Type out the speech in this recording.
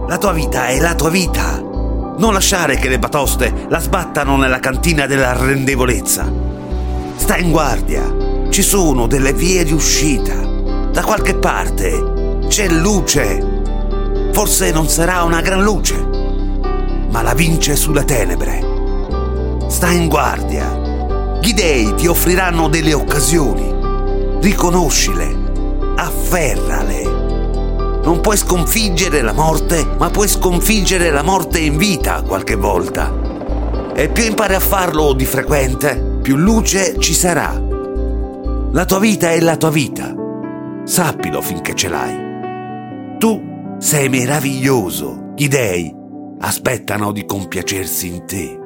La tua vita è la tua vita. Non lasciare che le batoste la sbattano nella cantina dell'arrendevolezza. Stai in guardia. Ci sono delle vie di uscita. Da qualche parte c'è luce. Forse non sarà una gran luce, ma la vince sulle tenebre. Stai in guardia. Gli dei ti offriranno delle occasioni. Riconoscile. Afferrale. Non puoi sconfiggere la morte, ma puoi sconfiggere la morte in vita qualche volta. E più impari a farlo di frequente, più luce ci sarà. La tua vita è la tua vita. Sappilo finché ce l'hai. Tu sei meraviglioso. Gli dei aspettano di compiacersi in te.